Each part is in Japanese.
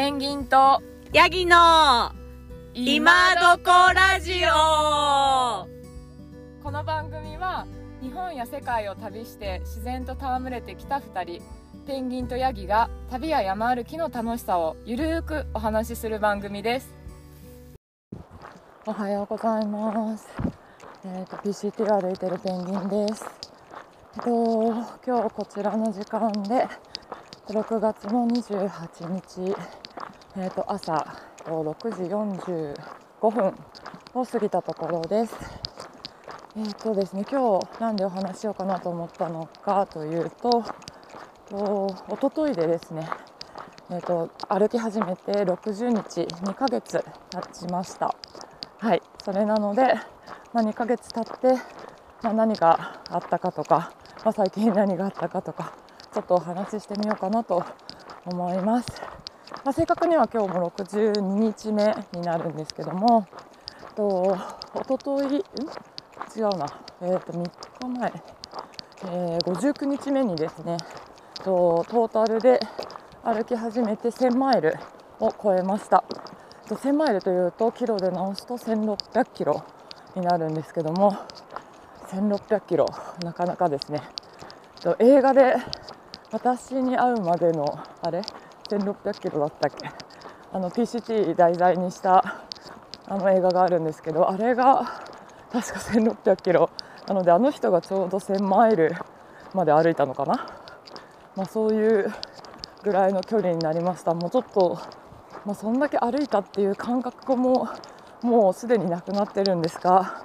ペンギンとヤギの今どこラジオ。 この番組は日本や世界を旅して自然と戯れてきた2人ペンギンとヤギが旅や山歩きの楽しさをゆるーくお話しする番組です。おはようございます。PCT を歩いてるペンギンです。今日こちらの時間で6月の28日、朝6時45分を過ぎたところです。ですね、今日なんでお話ししようかなと思ったのかというと、おとといでですね、歩き始めて60日2ヶ月経ちました。はい、それなので、2ヶ月経って、何があったかとか、最近何があったかとかちょっとお話ししてみようかなと思います。正確には今日も62日目になるんですけども、おととい違うな、3日前、59日目にですね、トータルで歩き始めて1000マイルを超えました。1000マイルというとキロで直すと1600キロになるんですけども、1600キロなかなかですね。映画で私に会うまでの1600キロだったっけ、PCT 題材にした映画があるんですけど、あれが確か1600キロなので、あの人がちょうど1000マイルまで歩いたのかな、そういうぐらいの距離になりました。もうちょっと、そんだけ歩いたっていう感覚ももうすでになくなってるんですが、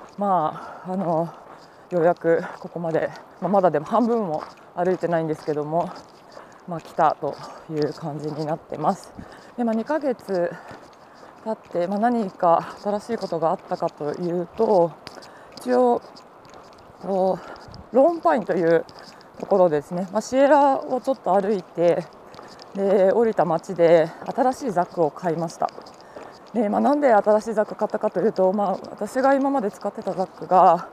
ようやくここまで、まだでも半分も歩いてないんですけども、来たという感じになってます。で、2ヶ月経って、何か新しいことがあったかというと、一応ローンパインというところですね、シエラをちょっと歩いて、で降りた町で新しいザックを買いました。で、なんで新しいザック買ったかというと、私が今まで使ってたザックが、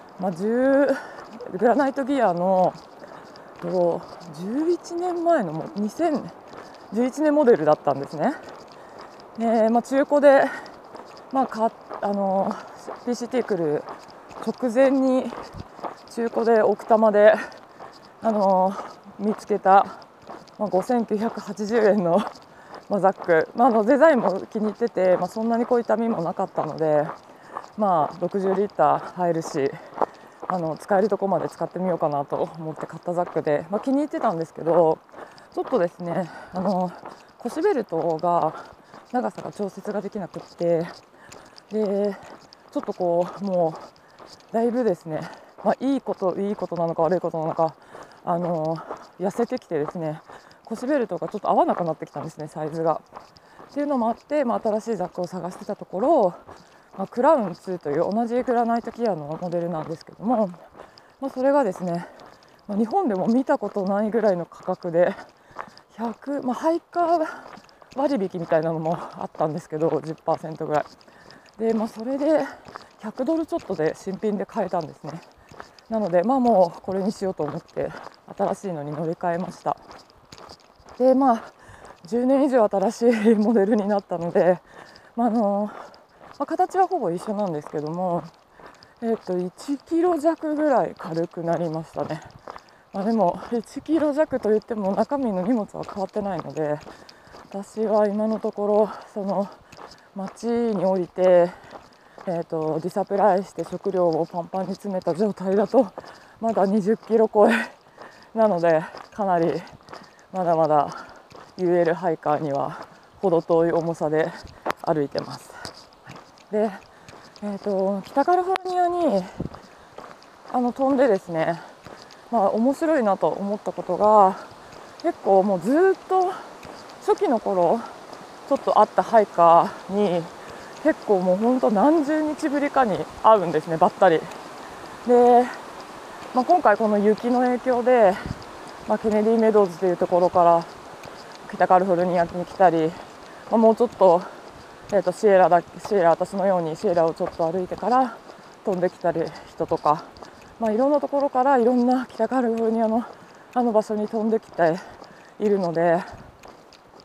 グラナイトギアの11年前の2011年モデルだったんですね。中古で、PCT 来る直前に中古で奥多摩で、見つけた、5980円の、ザック、デザインも気に入ってて、そんなに痛みもなかったので、60リッター入るし、使えるとこまで使ってみようかなと思って買ったザックで、気に入ってたんですけど、ちょっとですね、腰ベルトが長さが調節ができなくって、でちょっともうだいぶですね、いいことなのか悪いことなのか、痩せてきてですね、腰ベルトがちょっと合わなくなってきたんですね、サイズが。っていうのもあって、新しいザックを探してたところ、クラウン2という同じグラナイトギアのモデルなんですけども、それがですね、日本でも見たことないぐらいの価格で100、ハイカー割引みたいなのもあったんですけど 10% ぐらいで、それで100ドルちょっとで新品で買えたんですね。なので、もうこれにしようと思って新しいのに乗り換えました。で、10年以上新しいモデルになったので、形はほぼ一緒なんですけども、1キロ弱ぐらい軽くなりましたね。でも1キロ弱といっても中身の荷物は変わってないので、私は今のところその町に降りて、リサプライして食料をパンパンに詰めた状態だとまだ20キロ超えなので、かなりまだまだ UL ハイカーには程遠い重さで歩いてます。で、北カリフォルニアに飛んでですね、面白いなと思ったことが、結構もうずっと初期の頃ちょっと会ったハイカーに結構もう本当何十日ぶりかに会うんですね、ばったりで。今回この雪の影響で、ケネディメドウズというところから北カリフォルニアに来たり、もうちょっと、シエラ私のようにシエラをちょっと歩いてから飛んできたり人とか、いろんなところからいろんな北カリフォルニアの場所に飛んできているので、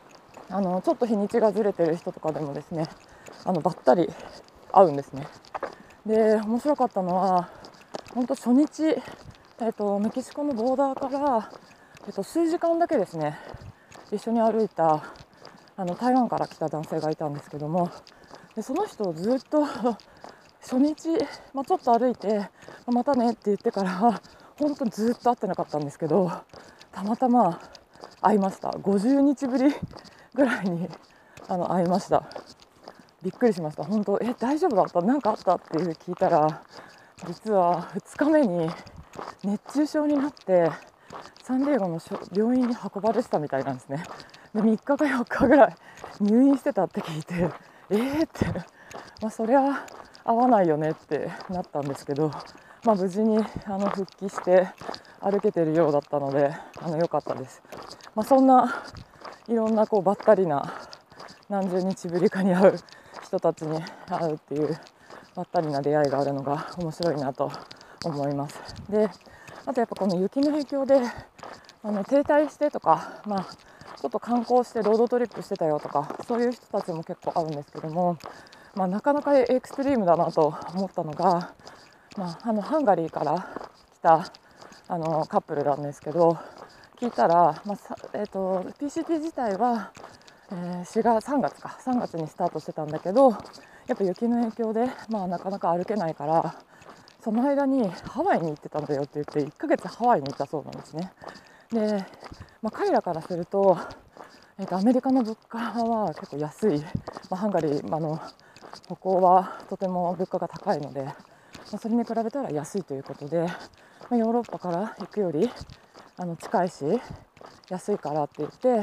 ちょっと日にちがずれてる人とかでもですねばったり会うんですね。で面白かったのは本当初日、メキシコのボーダーから、数時間だけですね一緒に歩いた台湾から来た男性がいたんですけども、でその人をずっと初日、ちょっと歩いてまたねって言ってから本当にずっと会ってなかったんですけど、たまたま会いました。50日ぶりぐらいに会いました。びっくりしました。本当大丈夫だった何かあったっていう聞いたら、実は2日目に熱中症になってサンディエゴの病院に運ばれてたみたいなんですね。で3日か4日ぐらい入院してたって聞いてって、そりゃ合わないよねってなったんですけど、無事に復帰して歩けてるようだったので良かったです。そんないろんなばったりな何十日ぶりかに会う人たちに会うっていうばったりな出会いがあるのが面白いなと思います。であとやっぱこの雪の影響で停滞してとか、ちょっと観光してロードトリップしてたよとかそういう人たちも結構会うんですけども、なかなかエクストリームだなと思ったのが、ハンガリーから来たカップルなんですけど、聞いたら、PCT 自体は、3月にスタートしてたんだけど、やっぱ雪の影響で、なかなか歩けないからその間にハワイに行ってたんだよって言って1ヶ月ハワイに行ったそうなんですね。で、彼らからすると、アメリカの物価は結構安い、ハンガリー、ここはとても物価が高いので、それに比べたら安いということで、ヨーロッパから行くより近いし安いからって言って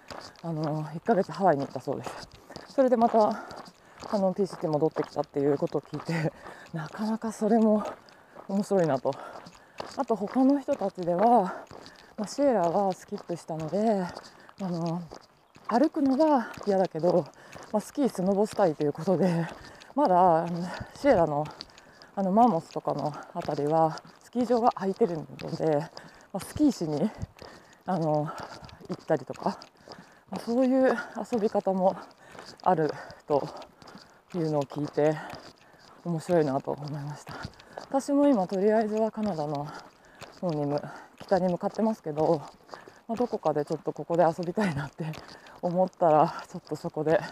1ヶ月ハワイに行ったそうです。それでまたPCT 戻ってきたっていうことを聞いて、なかなかそれも面白いなと。あと他の人たちでは、シエラはスキップしたので歩くのが嫌だけど、スキースノボしたいということで、まだシエラのマンモスとかのあたりはスキー場が空いてるので、スキーしに行ったりとか、そういう遊び方もあるというのを聞いて面白いなと思いました。私も今とりあえずはカナダの方に北に向かってますけど、どこかでちょっとここで遊びたいなって思ったら、ちょっとそこで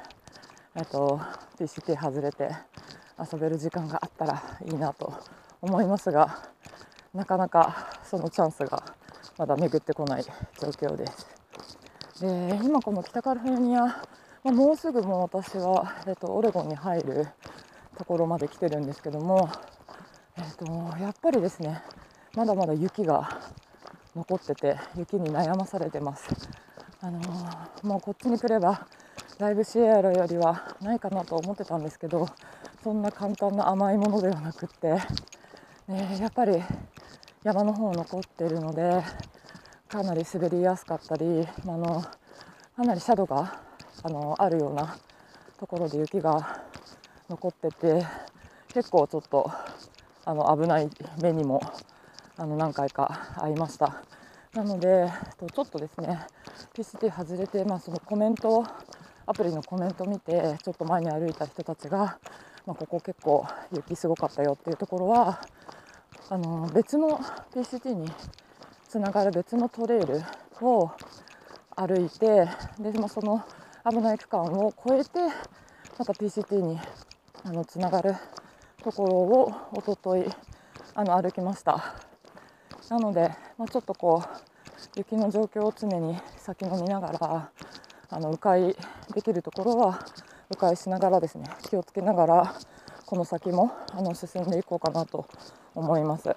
PCT 外れて遊べる時間があったらいいなと思いますが、なかなかそのチャンスがまだ巡ってこない状況です。で今この北カリフォルニア、もうすぐもう私は、オレゴンに入るところまで来てるんですけども、やっぱりですねまだまだ雪が残ってて雪に悩まされてます。もうこっちに来ればだいぶシエラよりはないかなと思ってたんですけど、そんな簡単な甘いものではなくって、やっぱり山の方残っているのでかなり滑りやすかったり、かなり斜度があるようなところで雪が残ってて、結構ちょっと危ない目にも何回か会いました。なのでちょっとですね PCT 外れて、そのコメントアプリのコメントを見てちょっと前に歩いた人たちが、ここ結構雪すごかったよっていうところは別の PCT につながる別のトレイルを歩いて、でその危ない区間を越えてまた PCT につながるところをおととい歩きました。なので、ちょっと雪の状況を常に先の見ながら迂回できるところは迂回しながらですね、気をつけながらこの先も進んでいこうかなと思います。はい、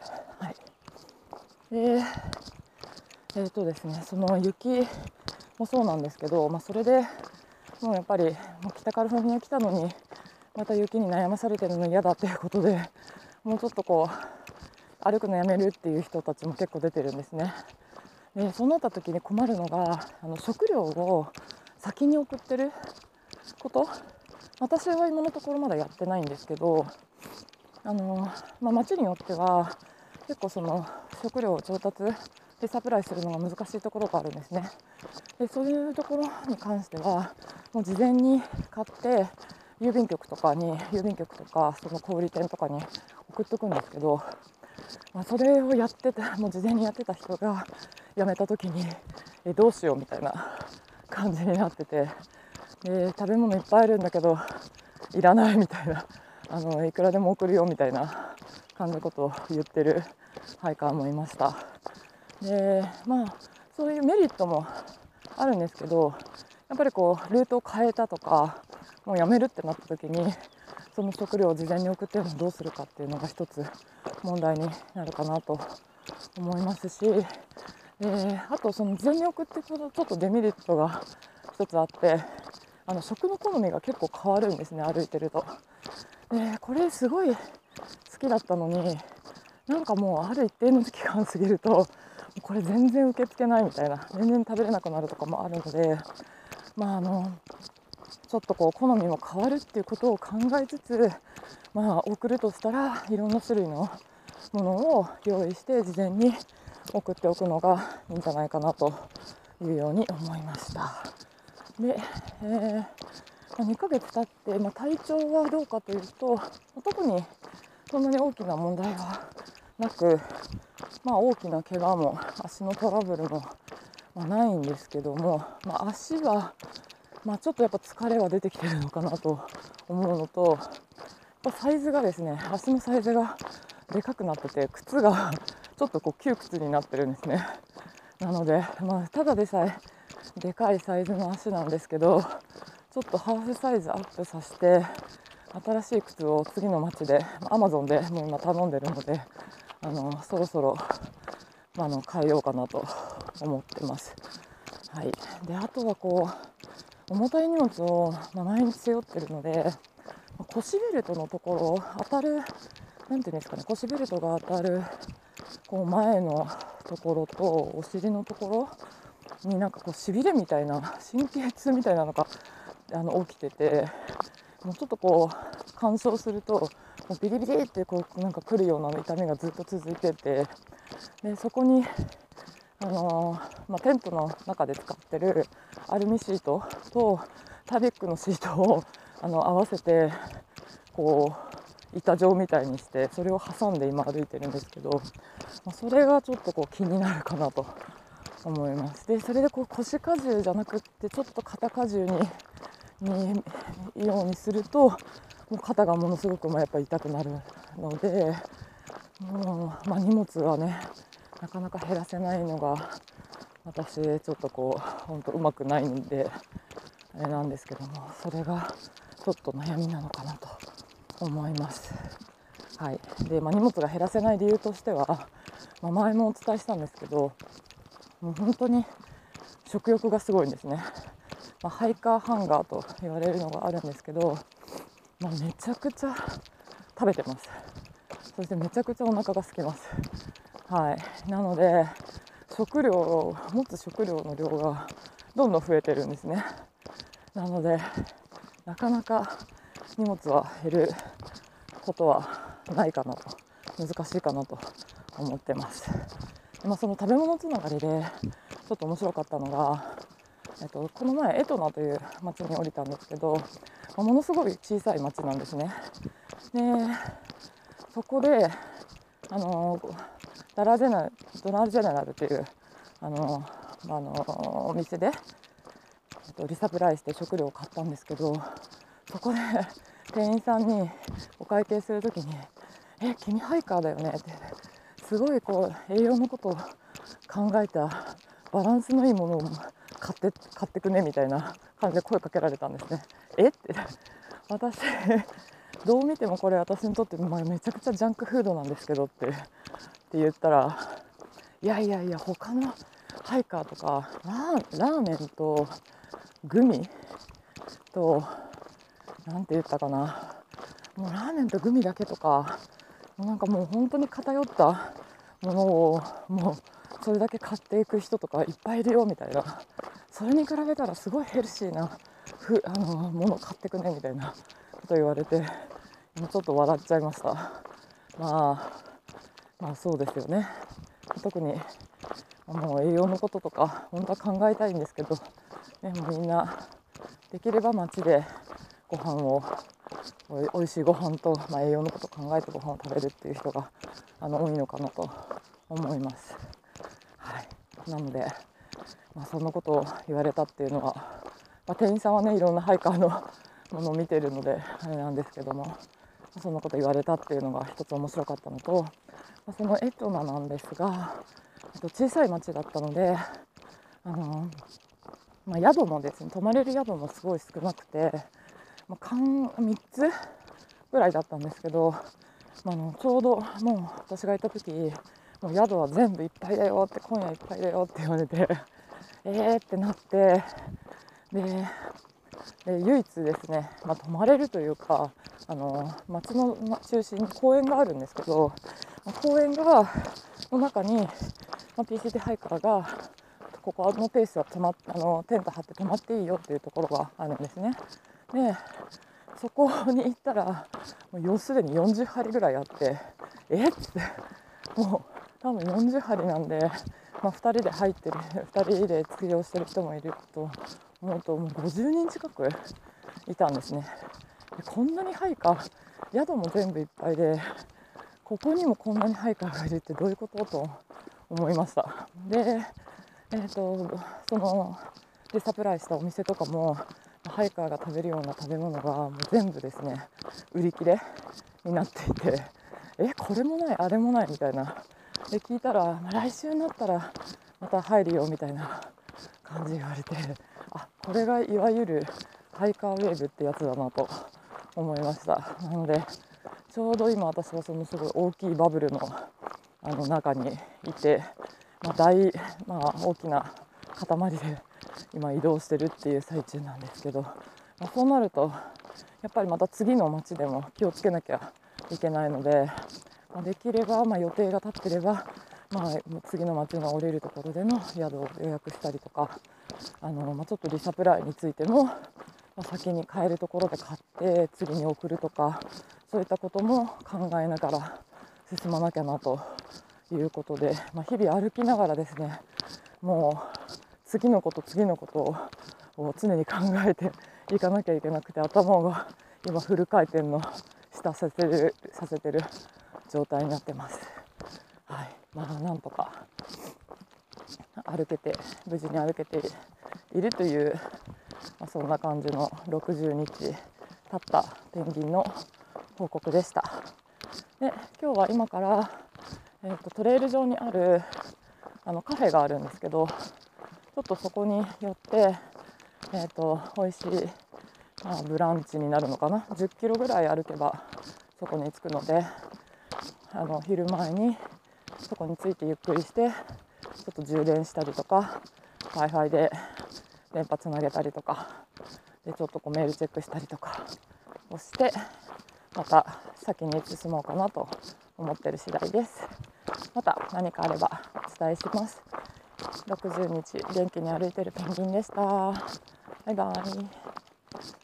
でですね、その雪もそうなんですけど、それでもうやっぱり北カリフォルニア来たのにまた雪に悩まされてるの嫌だっていうことで、もうちょっと歩くのやめるっていう人たちも結構出てるんですね。でそうなった時に困るのが食料を先に送ってること。私は今のところまだやってないんですけど、町によっては結構その食料を調達でサプライするのが難しいところがあるんですね。でそういうところに関してはもう事前に買って郵便局とかその小売店とかに送っておくんですけど、それをやってたもう事前にやってた人が辞めた時にどうしようみたいな感じになってて、で食べ物いっぱいあるんだけどいらないみたいな、いくらでも送るよみたいな感じのことを言ってるハイカーもいました。でそういうメリットもあるんですけど、やっぱりこうルートを変えたとかもうやめるってなった時にその食料を事前に送ってるのをどうするかっていうのが一つ問題になるかなと思いますし、あとその事前に送っていくとちょっとデメリットが一つあって、食の好みが結構変わるんですね、歩いてると。でこれすごい好きだったのになんかもうある一定の期間過ぎるとこれ全然受け付けないみたいな、全然食べれなくなるとかもあるので、ちょっとこう好みも変わるっていうことを考えつつ、送るとしたらいろんな種類のものを用意して事前に送っておくのがいいんじゃないかなというように思いました。で、2ヶ月経って、体調はどうかというと特にそんなに大きな問題はなく、大きな怪我も足のトラブルもないんですけども、足はちょっとやっぱ疲れは出てきてるのかなと思うのと、やっぱサイズがですね、足のサイズがでかくなってて靴がちょっとこう窮屈になってるんですね。なので、ただでさえでかいサイズの足なんですけど、ちょっとハーフサイズアップさせて新しい靴を次の街で Amazon でもう今頼んでるので、そろそろ、変えようかなと思ってます。はい、であとはこう重たい荷物を毎日背負ってるので、腰ベルトのところ当たる、なんていうんですかね、腰ベルトが当たるこう前のところとお尻のところになんかこうしびれみたいな神経痛みたいなのが起きてて、もうちょっとこう乾燥するともうビリビリってこうなんか来るような痛みがずっと続いてて、でそこにテントの中で使ってるアルミシートとタビックのシートを合わせてこう板状みたいにしてそれを挟んで今歩いてるんですけど、それがちょっとこう気になるかなと思います。でそれでこう腰荷重じゃなくってちょっと肩荷重にようにするともう肩がものすごくやっぱり痛くなるので、もう、荷物はねなかなか減らせないのが私ちょっとこう本当うまくないんであれなんですけども、それがちょっと悩みなのかなと思います。はい、で、荷物が減らせない理由としては、前もお伝えしたんですけど、もう本当に食欲がすごいんですね。ハイカーハンガーと言われるのがあるんですけど、めちゃくちゃ食べてます。そしてめちゃくちゃお腹が空きます。はい、なので持つ食料の量がどんどん増えてるんですね。なのでなかなか荷物は減ることはないかなと、難しいかなと思ってます。その食べ物つながりでちょっと面白かったのが、この前エトナという町に降りたんですけど、ものすごい小さい町なんですね。でそこでドナージェネラルというお店で、リサプライして食料を買ったんですけど、そこで店員さんにお会計するときに君ハイカーだよねってすごいこう栄養のことを考えたバランスのいいものを買ってくねみたいな感じで声かけられたんですね。って私どう見てもこれ私にとってめちゃくちゃジャンクフードなんですけどって言ったら、いや他のハイカーとかラーメンとグミとなんて言ったかな、もうラーメンとグミだけとかなんかもう本当に偏ったものをもうそれだけ買っていく人とかいっぱいいるよみたいな、それに比べたらすごいヘルシーなものを買ってくねみたいなこと言われてちょっと笑っちゃいました。そうですよね。特にもう栄養のこととか本当は考えたいんですけど、ね、もうみんなできれば街でご飯をおいしいご飯と、栄養のことを考えてご飯を食べるっていう人が多いのかなと思います。はい、なので、そんなことを言われたっていうのは、店員さんはねいろんなハイカーのものを見てるのであれなんですけども、そんなこと言われたっていうのが一つ面白かったのと、そのエトナなんですが、小さい町だったので宿もですね、泊まれる宿もすごい少なくて、3つぐらいだったんですけど、ちょうどもう私がいた時、もう宿は全部いっぱいだよって、今夜いっぱいだよって言われてってなって、で唯一ですね、泊まれるというか、町の中心に公園があるんですけど、公園の中に、PCT ハイカーがここのペースはテント張って泊まっていいよっていうところがあるんですね。でそこに行ったらもうすでに40針ぐらいあって、ってもう多分40針なんで、2人で入ってる2人で釣りをしてる人もいると思うと、もう50人近くいたんですね。でこんなにハイカー、宿も全部いっぱいで、ここにもこんなにハイカーがいるってどういうことと思いました。でそのでサプライしたお店とかも、ハイカーが食べるような食べ物がもう全部ですね売り切れになっていて、これもないあれもないみたいなで聞いたら、来週になったらまた入るよみたいな感じ言われて、これがいわゆるハイカーウェーブってやつだなと思いました。なのでちょうど今私はそのすごい大きいバブルの中にいて、大きな塊で今移動してるっていう最中なんですけど、そうなるとやっぱりまた次の街でも気をつけなきゃいけないので、できれば予定が立ってれば、次の街の降りるところでの宿を予約したりとか、ちょっとリサプライについても、先に買えるところで買って次に送るとか、そういったことも考えながら進まなきゃなということで、日々歩きながらですね、もう次のことを常に考えていかなきゃいけなくて、頭が今フル回転のさせてる状態になってます。はい、なんとか無事に歩けているという、そんな感じの60日経ったペンギンの報告でした。で今日は今から、トレイル上にあるカフェがあるんですけど、ちょっとそこに寄って、美味しい、ブランチになるのかな、10キロぐらい歩けばそこに着くので、昼前にそこに着いてゆっくりして、ちょっと充電したりとか Wi-Fi で電波つなげたりとかで、ちょっとメールチェックしたりとかをして、また先に進もうかなと思っている次第です。また何かあればお伝えします。60日元気に歩いているペンギンでした。バイバイ。